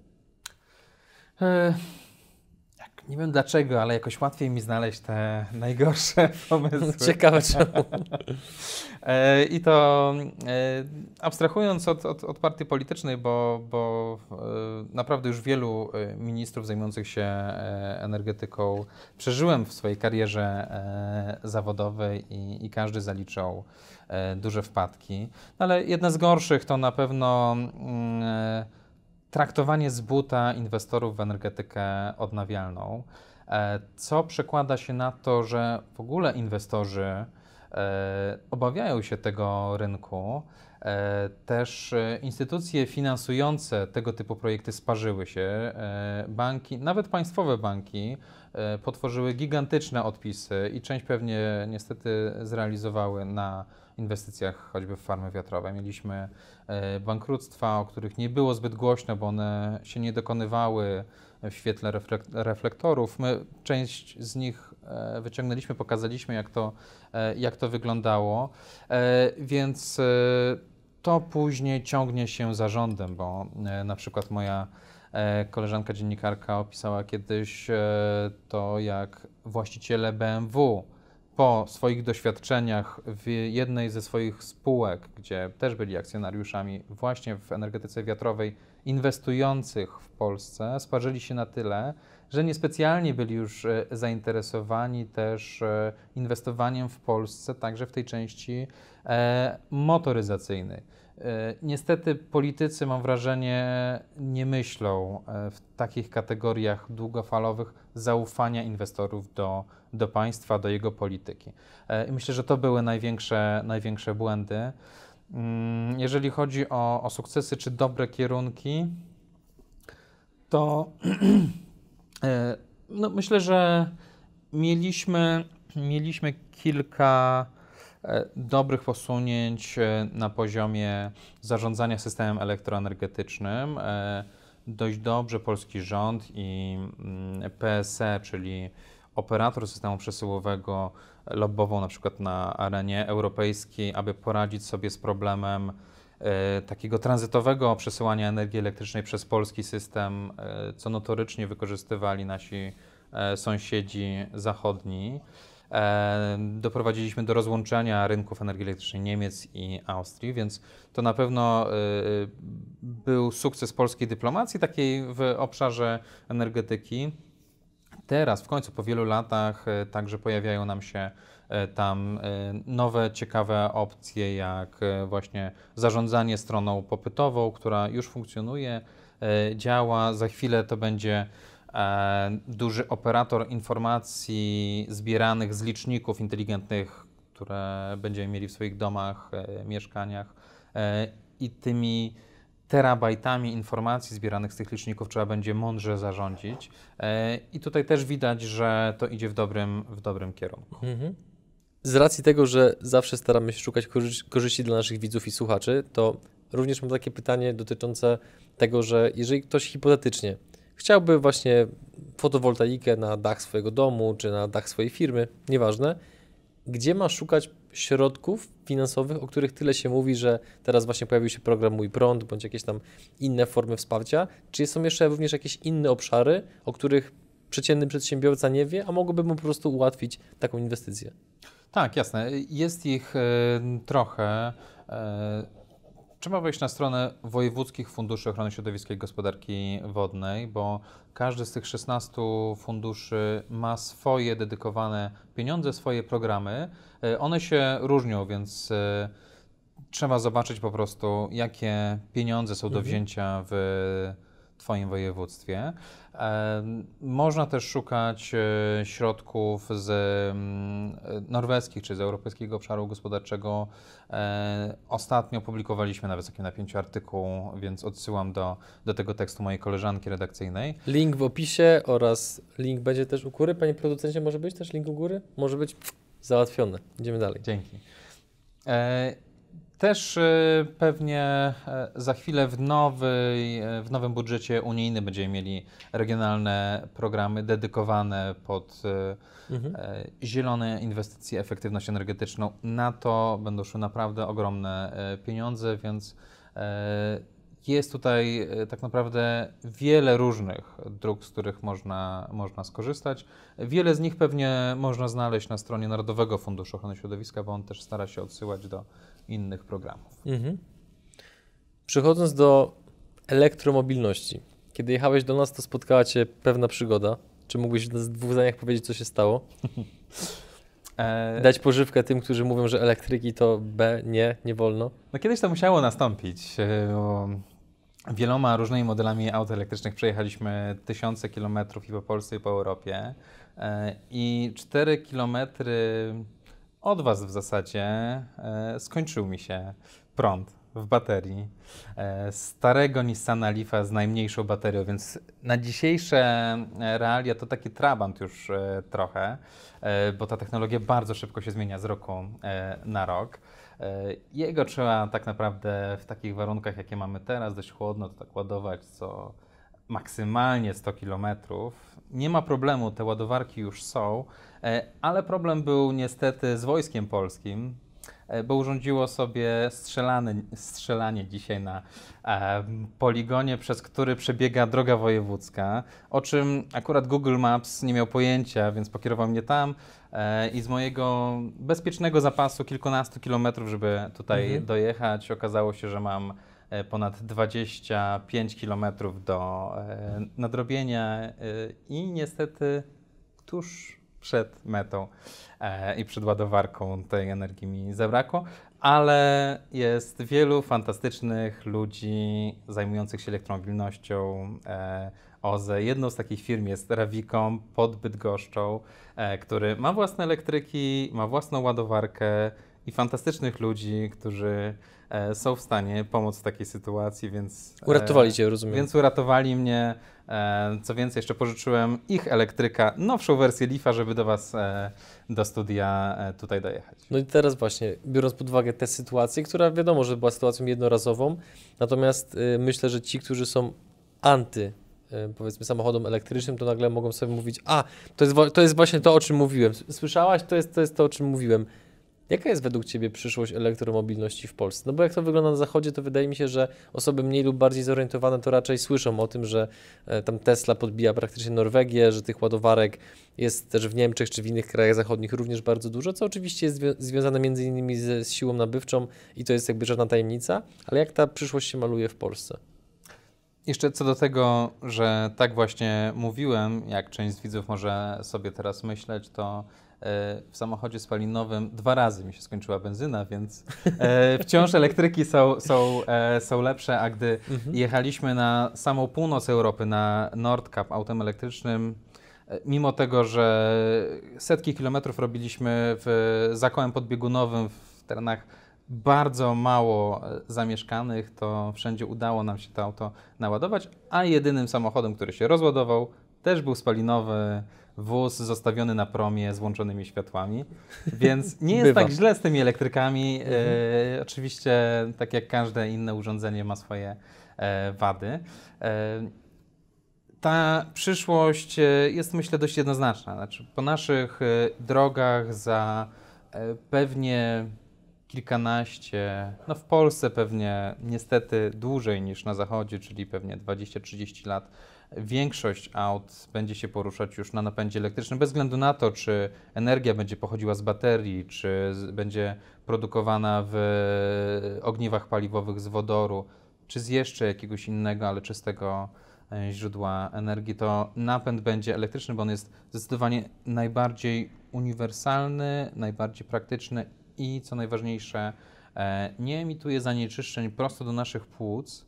E, jak, nie wiem dlaczego, ale jakoś łatwiej mi znaleźć te najgorsze pomysły. Ciekawe czemu. e, I to e, abstrahując od, od, od partii politycznej, bo, bo e, naprawdę już wielu ministrów zajmujących się e, energetyką przeżyłem w swojej karierze e, zawodowej i, i każdy zaliczał e, duże wpadki. No, ale jedna z gorszych to na pewno e, traktowanie z buta inwestorów w energetykę odnawialną, co przekłada się na to, że w ogóle inwestorzy obawiają się tego rynku. Też instytucje finansujące tego typu projekty sparzyły się. Banki, nawet państwowe banki, potworzyły gigantyczne odpisy i część pewnie niestety zrealizowały na inwestycjach choćby w farmy wiatrowe. Mieliśmy bankructwa, o których nie było zbyt głośno, bo one się nie dokonywały w świetle reflektorów. My część z nich wyciągnęliśmy, pokazaliśmy, jak to, jak to wyglądało, więc to później ciągnie się za rządem, bo na przykład moja koleżanka dziennikarka opisała kiedyś to, jak właściciele B M W po swoich doświadczeniach w jednej ze swoich spółek, gdzie też byli akcjonariuszami właśnie w energetyce wiatrowej, inwestujących w Polsce, sparzyli się na tyle, że niespecjalnie byli już zainteresowani też inwestowaniem w Polsce, także w tej części motoryzacyjnej. Niestety politycy, mam wrażenie, nie myślą w takich kategoriach długofalowych zaufania inwestorów do, do państwa, do jego polityki. I myślę, że to były największe, największe błędy. Jeżeli chodzi o, o sukcesy czy dobre kierunki, to no myślę, że mieliśmy, mieliśmy kilka dobrych posunięć na poziomie zarządzania systemem elektroenergetycznym. Dość dobrze polski rząd i P S E, czyli operator systemu przesyłowego, lobbował na przykład na arenie europejskiej, aby poradzić sobie z problemem e, takiego tranzytowego przesyłania energii elektrycznej przez polski system, e, co notorycznie wykorzystywali nasi e, sąsiedzi zachodni. E, doprowadziliśmy do rozłączenia rynków energii elektrycznej Niemiec i Austrii, więc to na pewno e, był sukces polskiej dyplomacji takiej w obszarze energetyki. Teraz w końcu po wielu latach e, także pojawiają nam się e, tam e, nowe, ciekawe opcje, jak e, właśnie zarządzanie stroną popytową, która już funkcjonuje, e, działa. Za chwilę to będzie e, duży operator informacji zbieranych z liczników inteligentnych, które będziemy mieli w swoich domach, e, mieszkaniach e, i tymi terabajtami informacji zbieranych z tych liczników trzeba będzie mądrze zarządzić. I tutaj też widać, że to idzie w dobrym, w dobrym kierunku. Mhm. Z racji tego, że zawsze staramy się szukać korzy- korzyści dla naszych widzów i słuchaczy, to również mam takie pytanie dotyczące tego, że jeżeli ktoś hipotetycznie chciałby właśnie fotowoltaikę na dach swojego domu, czy na dach swojej firmy, nieważne, gdzie ma szukać środków finansowych, o których tyle się mówi, że teraz właśnie pojawił się program Mój Prąd, bądź jakieś tam inne formy wsparcia. Czy są jeszcze również jakieś inne obszary, o których przeciętny przedsiębiorca nie wie, a mogłoby mu po prostu ułatwić taką inwestycję? Tak, jasne. Jest ich y, trochę. Y, Trzeba wejść na stronę wojewódzkich funduszy ochrony środowiska i gospodarki wodnej, bo każdy z tych szesnastu funduszy ma swoje dedykowane pieniądze, swoje programy. One się różnią, więc trzeba zobaczyć po prostu, jakie pieniądze są do Mhm. wzięcia w Twoim województwie. E, można też szukać e, środków z mm, norweskich czy z Europejskiego Obszaru Gospodarczego. E, ostatnio publikowaliśmy na wysokim napięciu artykuł, więc odsyłam do, do tego tekstu mojej koleżanki redakcyjnej. Link w opisie oraz link będzie też u góry. Panie producencie, może być też link u góry? Może być załatwione. Idziemy dalej. Dzięki. E, Też y, pewnie y, za chwilę w, nowej, y, w nowym budżecie unijnym będziemy mieli regionalne programy dedykowane pod y, Mhm. y, zielone inwestycje, efektywność energetyczną. Na to będą szły naprawdę ogromne y, pieniądze, więc y, jest tutaj y, tak naprawdę wiele różnych dróg, z których można, można skorzystać. Wiele z nich pewnie można znaleźć na stronie Narodowego Funduszu Ochrony Środowiska, bo on też stara się odsyłać do innych programów. Mhm. Przechodząc do elektromobilności. Kiedy jechałeś do nas, to spotkała Cię pewna przygoda. Czy mógłbyś w dwóch zdaniach powiedzieć, co się stało? E, Dać pożywkę tym, którzy mówią, że elektryki to B, nie, nie wolno. no kiedyś to musiało nastąpić. e, bo Wieloma różnymi modelami aut elektrycznych przejechaliśmy tysiące kilometrów i po Polsce, i po Europie. E, I cztery kilometry od Was w zasadzie e, skończył mi się prąd w baterii e, starego Nissana Leafa z najmniejszą baterią, więc na dzisiejsze e, realia to taki trabant już e, trochę, e, bo ta technologia bardzo szybko się zmienia z roku e, na rok. E, Jego trzeba tak naprawdę w takich warunkach, jakie mamy teraz, dość chłodno, to tak ładować co maksymalnie sto kilometrów. Nie ma problemu, te ładowarki już są, e, ale problem był niestety z Wojskiem Polskim, e, bo urządziło sobie strzelane, strzelanie dzisiaj na e, poligonie, przez który przebiega droga wojewódzka, o czym akurat Google Maps nie miał pojęcia, więc pokierował mnie tam e, i z mojego bezpiecznego zapasu kilkunastu kilometrów, żeby tutaj Mhm. dojechać, okazało się, że mam e, ponad dwadzieścia pięć kilometrów do e, nadrobienia e, i niestety tuż przed metą e, i przed ładowarką tej energii mi zabrakło, ale jest wielu fantastycznych ludzi zajmujących się elektromobilnością e, O Z E. Jedną z takich firm jest Ravicom pod Bydgoszczą, e, który ma własne elektryki, ma własną ładowarkę i fantastycznych ludzi, którzy e, są w stanie pomóc w takiej sytuacji, więc... e, Uratowali Cię, rozumiem. Więc uratowali mnie. E, co więcej, jeszcze pożyczyłem ich elektryka, nowszą wersję Leafa, żeby do Was e, do studia e, tutaj dojechać. No i teraz właśnie, biorąc pod uwagę tę sytuację, która wiadomo, że była sytuacją jednorazową, natomiast y, myślę, że ci, którzy są anty, y, powiedzmy, samochodom elektrycznym, to nagle mogą sobie mówić, a, to jest, wo- to jest właśnie to, o czym mówiłem. Słyszałaś? To jest, to jest to, o czym mówiłem. Jaka jest według Ciebie przyszłość elektromobilności w Polsce? No bo jak to wygląda na zachodzie, to wydaje mi się, że osoby mniej lub bardziej zorientowane to raczej słyszą o tym, że e, tam Tesla podbija praktycznie Norwegię, że tych ładowarek jest też w Niemczech czy w innych krajach zachodnich również bardzo dużo, co oczywiście jest zwią- związane między innymi ze z siłą nabywczą i to jest jakby żadna tajemnica, ale jak ta przyszłość się maluje w Polsce? Jeszcze co do tego, że tak właśnie mówiłem, jak część z widzów może sobie teraz myśleć, to e, w samochodzie spalinowym dwa razy mi się skończyła benzyna, więc e, wciąż elektryki są, są, e, są lepsze, a gdy Mhm. jechaliśmy na samą północ Europy, na Nordkap autem elektrycznym, e, mimo tego, że setki kilometrów robiliśmy w zakołem podbiegunowym w terenach bardzo mało e, zamieszkanych, to wszędzie udało nam się to auto naładować, a jedynym samochodem, który się rozładował, też był spalinowy wóz zostawiony na promie z włączonymi światłami, więc nie jest Bywa. tak źle z tymi elektrykami. E, oczywiście, tak jak każde inne urządzenie ma swoje e, wady. E, ta przyszłość e, jest, myślę, dość jednoznaczna. Znaczy, po naszych e, drogach za e, pewnie kilkanaście, no w Polsce pewnie niestety dłużej niż na zachodzie, czyli pewnie dwadzieścia trzydzieści lat, większość aut będzie się poruszać już na napędzie elektrycznym, bez względu na to, czy energia będzie pochodziła z baterii, czy z, będzie produkowana w ogniwach paliwowych z wodoru, czy z jeszcze jakiegoś innego, ale czystego źródła energii, to napęd będzie elektryczny, bo on jest zdecydowanie najbardziej uniwersalny, najbardziej praktyczny i co najważniejsze, nie emituje zanieczyszczeń prosto do naszych płuc.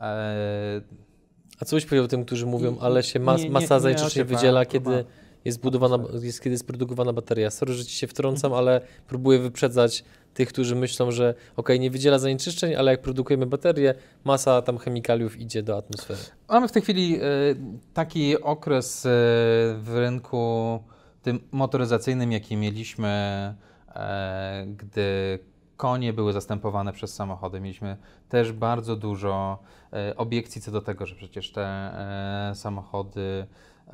A co byś powiedział tym, którzy mówią, ale się mas, Nie, nie, masa nie zanieczyszczeń ociepa, wydziela, chyba. kiedy jest, budowana, jest, kiedy jest produkowana bateria? Sorry, że ci się wtrącam, ale próbuję wyprzedzać tych, którzy myślą, że ok, nie wydziela zanieczyszczeń, ale jak produkujemy baterię, masa tam chemikaliów idzie do atmosfery. Mamy w tej chwili y, taki okres y, w rynku tym motoryzacyjnym, jaki mieliśmy, y, gdy konie były zastępowane przez samochody. Mieliśmy też bardzo dużo y, obiekcji co do tego, że przecież te y, samochody y,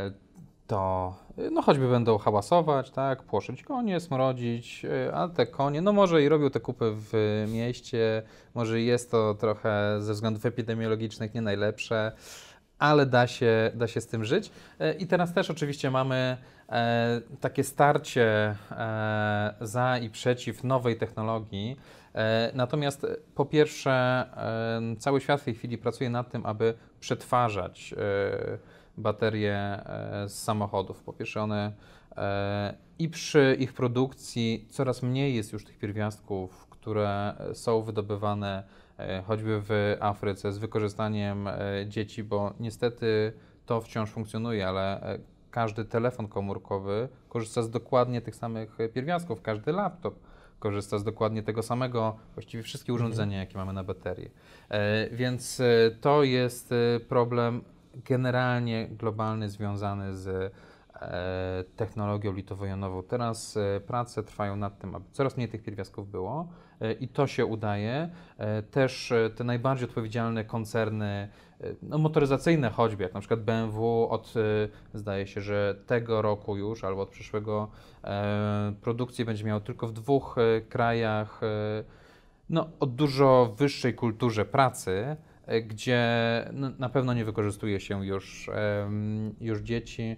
to no choćby będą hałasować, tak, płoszyć konie, smrodzić, a te konie, no może i robią te kupy w mieście, może jest to trochę ze względów epidemiologicznych nie najlepsze, ale da się, da się z tym żyć. I teraz też oczywiście mamy e, takie starcie e, za i przeciw nowej technologii. E, natomiast po pierwsze e, cały świat w tej chwili pracuje nad tym, aby przetwarzać e, baterie z samochodów. Po pierwsze one e, i przy ich produkcji coraz mniej jest już tych pierwiastków, które są wydobywane e, choćby w Afryce z wykorzystaniem e, dzieci, bo niestety to wciąż funkcjonuje, ale e, każdy telefon komórkowy korzysta z dokładnie tych samych pierwiastków, każdy laptop korzysta z dokładnie tego samego, właściwie wszystkie urządzenia, jakie mamy na baterii. E, więc e, to jest e, problem generalnie globalny, związany z e, technologią litowo-jonową. Teraz e, prace trwają nad tym, aby coraz mniej tych pierwiastków było e, i to się udaje. E, też e, te najbardziej odpowiedzialne koncerny e, no, motoryzacyjne choćby, jak na przykład B M W od, e, zdaje się, że tego roku już, albo od przyszłego e, produkcję będzie miało tylko w dwóch e, krajach e, no, o dużo wyższej kulturze pracy, gdzie na pewno nie wykorzystuje się już, już dzieci,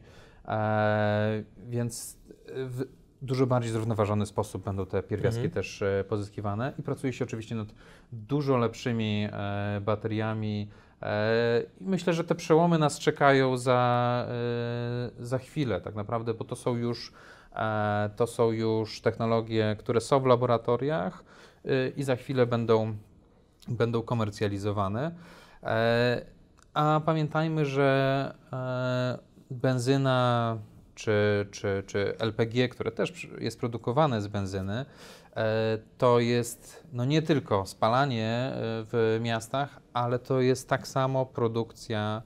więc w dużo bardziej zrównoważony sposób będą te pierwiastki mhm. też pozyskiwane i pracuje się oczywiście nad dużo lepszymi bateriami. Myślę, że te przełomy nas czekają za, za chwilę tak naprawdę, bo to są już, to są już technologie, które są w laboratoriach i za chwilę będą będą komercjalizowane, a pamiętajmy, że benzyna czy, czy, czy L P G, które też jest produkowane z benzyny, to jest no nie tylko spalanie w miastach, ale to jest tak samo produkcja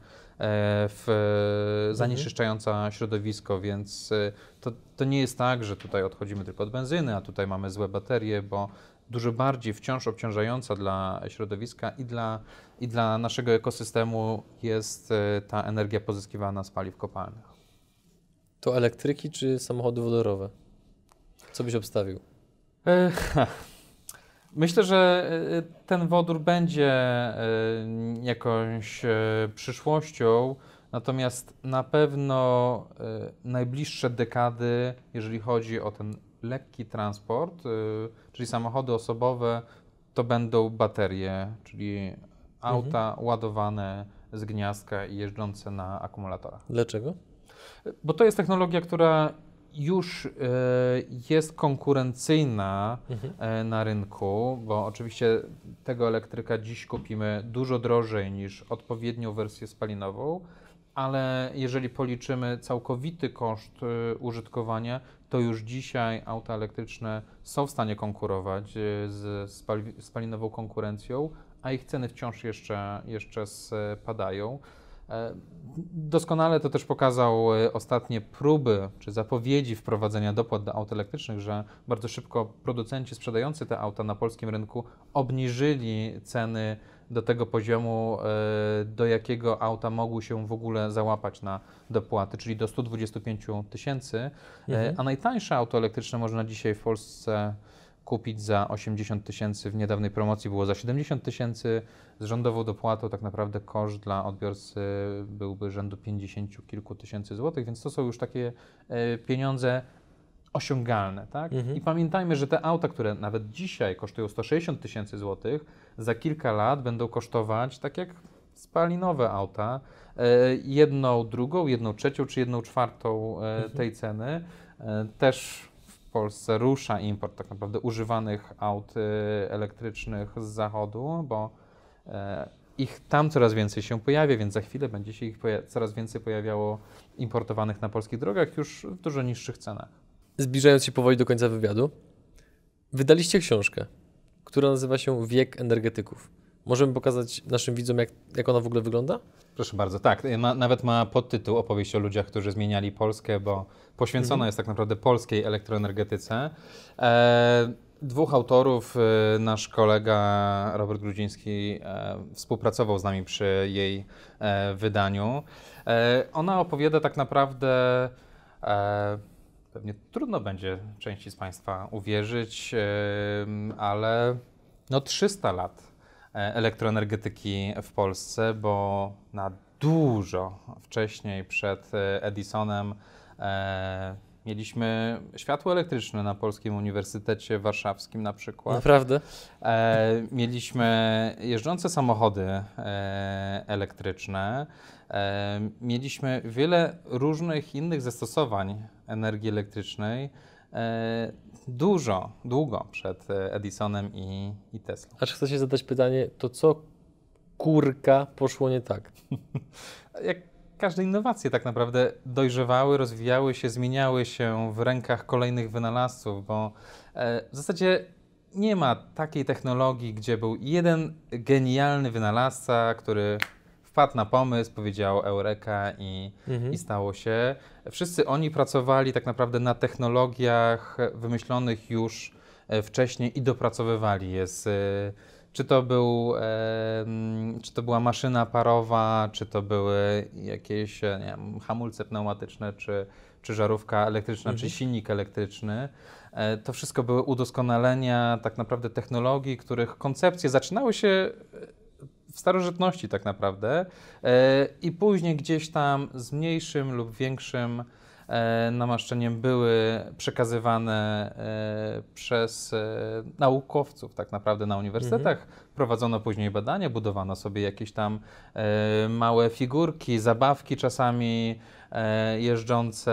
w, zanieczyszczająca środowisko, więc to, to nie jest tak, że tutaj odchodzimy tylko od benzyny, a tutaj mamy złe baterie, bo dużo bardziej wciąż obciążająca dla środowiska i dla, i dla naszego ekosystemu jest ta energia pozyskiwana z paliw kopalnych. To elektryki czy samochody wodorowe? Co byś obstawił? Myślę, że ten wodór będzie jakąś przyszłością, natomiast na pewno najbliższe dekady, jeżeli chodzi o ten lekki transport, czyli samochody osobowe, to będą baterie, czyli auta mhm. ładowane z gniazdka i jeżdżące na akumulatorach. Dlaczego? Bo to jest technologia, która już y, jest konkurencyjna mhm. y, na rynku, bo oczywiście tego elektryka dziś kupimy dużo drożej niż odpowiednią wersję spalinową, ale jeżeli policzymy całkowity koszt y, użytkowania, to już dzisiaj auta elektryczne są w stanie konkurować y, z spali spalinową konkurencją, a ich ceny wciąż jeszcze, jeszcze spadają. Doskonale to też pokazał ostatnie próby czy zapowiedzi wprowadzenia dopłat do aut elektrycznych, że bardzo szybko producenci sprzedający te auta na polskim rynku obniżyli ceny do tego poziomu, do jakiego auta mogły się w ogóle załapać na dopłaty, czyli do stu dwudziestu pięciu tysięcy, mhm. a najtańsze auto elektryczne można dzisiaj w Polsce kupić za osiemdziesiąt tysięcy, w niedawnej promocji było za siedemdziesiąt tysięcy. Z rządową dopłatą tak naprawdę koszt dla odbiorcy byłby rzędu pięćdziesięciu kilku tysięcy złotych, więc to są już takie e, pieniądze osiągalne, tak? Mhm. I pamiętajmy, że te auta, które nawet dzisiaj kosztują sto sześćdziesiąt tysięcy złotych, za kilka lat będą kosztować tak jak spalinowe auta, e, jedną drugą, jedną trzecią czy jedną czwartą e, Mhm. tej ceny. E, też w Polsce rusza import tak naprawdę używanych aut e, elektrycznych z zachodu, bo e, ich tam coraz więcej się pojawia, więc za chwilę będzie się ich poja- coraz więcej pojawiało importowanych na polskich drogach już w dużo niższych cenach. Zbliżając się powoli do końca wywiadu, wydaliście książkę, która nazywa się Wiek energetyków. Możemy pokazać naszym widzom, jak, jak ona w ogóle wygląda? Proszę bardzo, tak. Ma, nawet ma podtytuł Opowieść o ludziach, którzy zmieniali Polskę, bo poświęcona Mhm. jest tak naprawdę polskiej elektroenergetyce. E, dwóch autorów, e, nasz kolega Robert Grudziński e, współpracował z nami przy jej e, wydaniu. E, ona opowiada tak naprawdę, e, pewnie trudno będzie części z Państwa uwierzyć, e, ale no trzysta lat elektroenergetyki w Polsce, bo na dużo wcześniej przed Edisonem e, mieliśmy światło elektryczne na Polskim Uniwersytecie Warszawskim na przykład. Naprawdę? E, mieliśmy jeżdżące samochody e, elektryczne. E, mieliśmy wiele różnych innych zastosowań energii elektrycznej. E, dużo, długo przed Edisonem i, i Teslą. Aż chcę się zadać pytanie, to co kurka poszło nie tak? Jak każde innowacje tak naprawdę dojrzewały, rozwijały się, zmieniały się w rękach kolejnych wynalazców, bo e, w zasadzie nie ma takiej technologii, gdzie był jeden genialny wynalazca, który wpadł na pomysł, powiedział eureka i, Mhm. i stało się. Wszyscy oni pracowali tak naprawdę na technologiach wymyślonych już e, wcześniej i dopracowywali je z, e, czy to był, e, m, czy to była maszyna parowa, czy to były jakieś e, nie wiem, hamulce pneumatyczne, czy, czy żarówka elektryczna, Mhm. czy silnik elektryczny. E, to wszystko były udoskonalenia tak naprawdę technologii, których koncepcje zaczynały się w starożytności tak naprawdę e, i później gdzieś tam z mniejszym lub większym e, namaszczeniem były przekazywane e, przez e, naukowców tak naprawdę na uniwersytetach. Mhm. Prowadzono później badania, budowano sobie jakieś tam e, małe figurki, zabawki czasami e, jeżdżące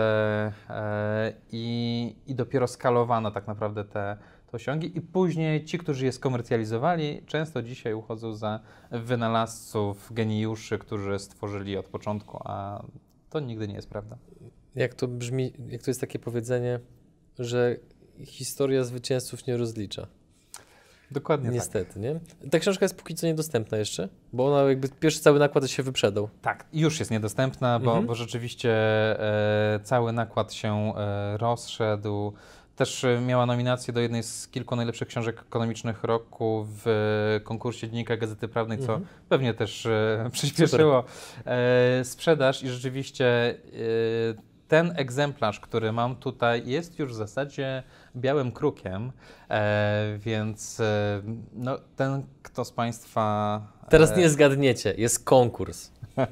e, i, i dopiero skalowano tak naprawdę te te osiągi i później ci, którzy je skomercjalizowali, często dzisiaj uchodzą za wynalazców, geniuszy, którzy stworzyli od początku, a to nigdy nie jest prawda. Jak to brzmi, jak to jest takie powiedzenie, że historia zwycięzców nie rozlicza. Dokładnie Niestety, nie? Ta książka jest póki co niedostępna jeszcze, bo ona jakby pierwszy cały nakład się wyprzedał. tak. Tak, już jest niedostępna, bo, Mhm. bo rzeczywiście e, cały nakład się e, rozszedł. Też e, miała nominację do jednej z kilku najlepszych książek ekonomicznych roku w konkursie Dziennika Gazety Prawnej, co Mhm. pewnie też e, przyspieszyło e, sprzedaż i rzeczywiście e, ten egzemplarz, który mam tutaj, jest już w zasadzie białym krukiem, e, więc e, no, ten, kto z Państwa... Teraz e, nie zgadniecie, jest konkurs.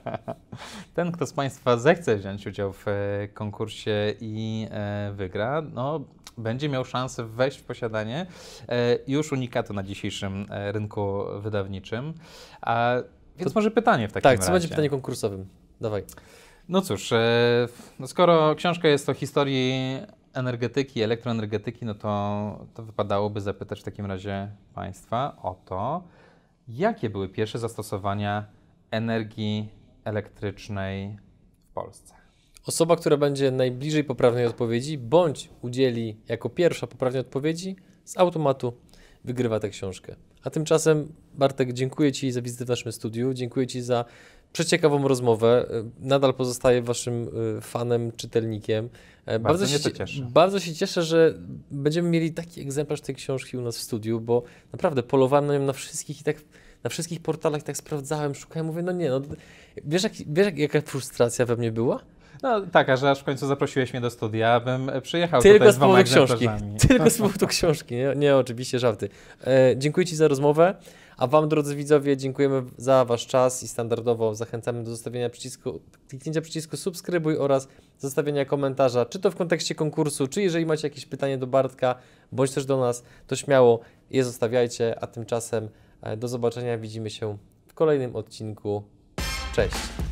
Ten, kto z Państwa zechce wziąć udział w e, konkursie i e, wygra, no, będzie miał szansę wejść w posiadanie e, już unikatu na dzisiejszym e, rynku wydawniczym. A, więc To- może pytanie w takim Tak, razie. co będzie pytanie konkursowym? Dawaj. No cóż, e, no skoro książka jest o historii energetyki, elektroenergetyki, no to, to wypadałoby zapytać w takim razie Państwa o to, jakie były pierwsze zastosowania energii elektrycznej w Polsce. Osoba, która będzie najbliżej poprawnej odpowiedzi, bądź udzieli jako pierwsza poprawnej odpowiedzi, z automatu wygrywa tę książkę. A tymczasem, Bartek, dziękuję Ci za wizytę w naszym studiu, dziękuję Ci za przeciekawą rozmowę. Nadal pozostaję Waszym y, fanem, czytelnikiem. E, Bardzo mnie się, to cieszy. Bardzo się cieszę, że będziemy mieli taki egzemplarz tej książki u nas w studiu, bo naprawdę polowałem na nią na wszystkich i tak na wszystkich portalach tak sprawdzałem, szukałem, mówię, no nie, no wiesz, jak, wiesz jak, jaka frustracja we mnie była? No tak, a że aż w końcu zaprosiłeś mnie do studia, bym przyjechał Tylko tutaj z z dwoma powodu książki. egzemplarzami. Tylko z powodu książki, nie, nie oczywiście żarty. E, dziękuję Ci za rozmowę, a Wam, drodzy widzowie, dziękujemy za Wasz czas i standardowo zachęcamy do zostawienia przycisku, kliknięcia przycisku subskrybuj oraz zostawienia komentarza, czy to w kontekście konkursu, czy jeżeli macie jakieś pytanie do Bartka, bądź też do nas, to śmiało je zostawiajcie, a tymczasem e, do zobaczenia, widzimy się w kolejnym odcinku. Cześć!